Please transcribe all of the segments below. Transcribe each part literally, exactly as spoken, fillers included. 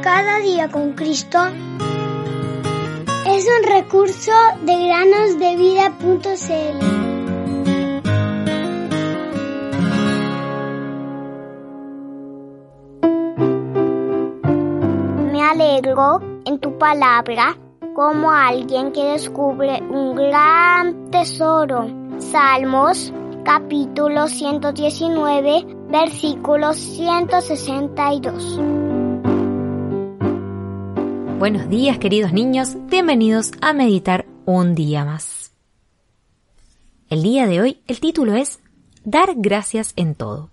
Cada día con Cristo es un recurso de granos de vida punto c l. Me alegro en tu palabra como alguien que descubre un gran tesoro. Salmos capítulo ciento diecinueve, versículo ciento sesenta y dos. Buenos días, queridos niños, bienvenidos a meditar un día más. El día de hoy el título es Dar gracias en todo.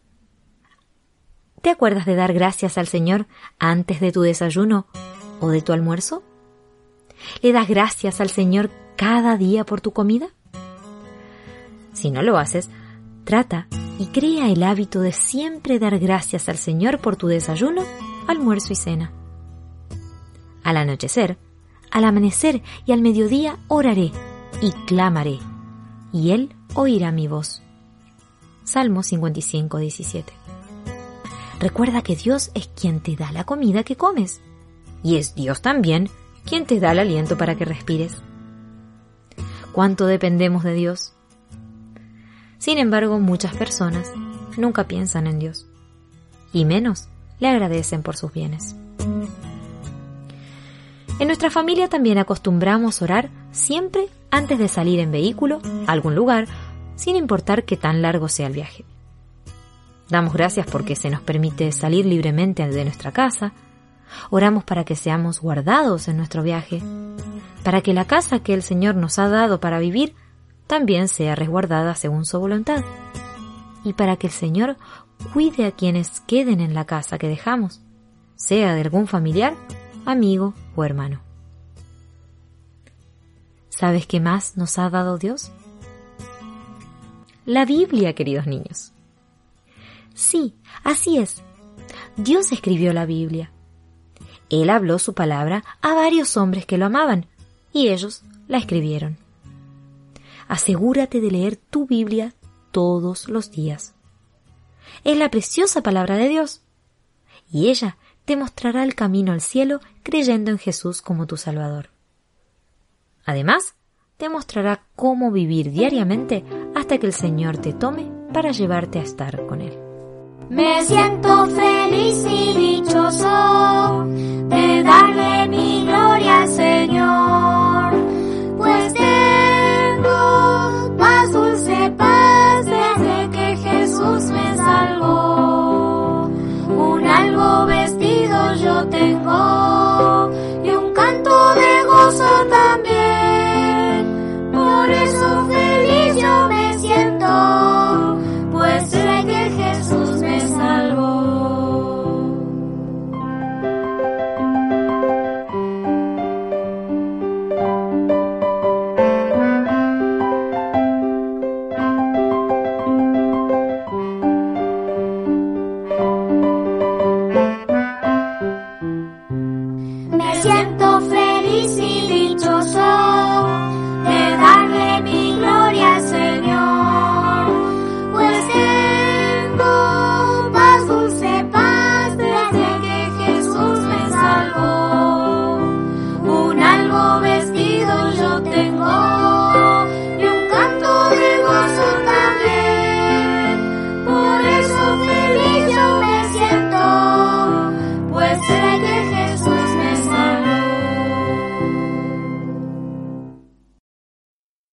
¿Te acuerdas de dar gracias al Señor antes de tu desayuno o de tu almuerzo? ¿Le das gracias al Señor cada día por tu comida? Si no lo haces, trata y crea el hábito de siempre dar gracias al Señor por tu desayuno, almuerzo y cena. Al anochecer, al amanecer y al mediodía oraré y clamaré, y Él oirá mi voz. Salmo cincuenta y cinco, diecisiete. Recuerda que Dios es quien te da la comida que comes, y es Dios también quien te da el aliento para que respires. ¿Cuánto dependemos de Dios? Sin embargo, muchas personas nunca piensan en Dios, y menos le agradecen por sus bienes. En nuestra familia también acostumbramos orar siempre antes de salir en vehículo a algún lugar, sin importar qué tan largo sea el viaje. Damos gracias porque se nos permite salir libremente de nuestra casa. Oramos para que seamos guardados en nuestro viaje, para que la casa que el Señor nos ha dado para vivir también sea resguardada según su voluntad, y para que el Señor cuide a quienes queden en la casa que dejamos, sea de algún familiar, amigo o hermano. ¿Sabes qué más nos ha dado Dios? La Biblia, queridos niños. Sí, así es. Dios escribió la Biblia. Él habló su palabra a varios hombres que lo amaban, y ellos la escribieron. Asegúrate de leer tu Biblia todos los días. Es la preciosa palabra de Dios, y ella te mostrará el camino al cielo creyendo en Jesús como tu Salvador. Además, te mostrará cómo vivir diariamente hasta que el Señor te tome para llevarte a estar con Él. Me siento feliz y dichoso de darle mi gloria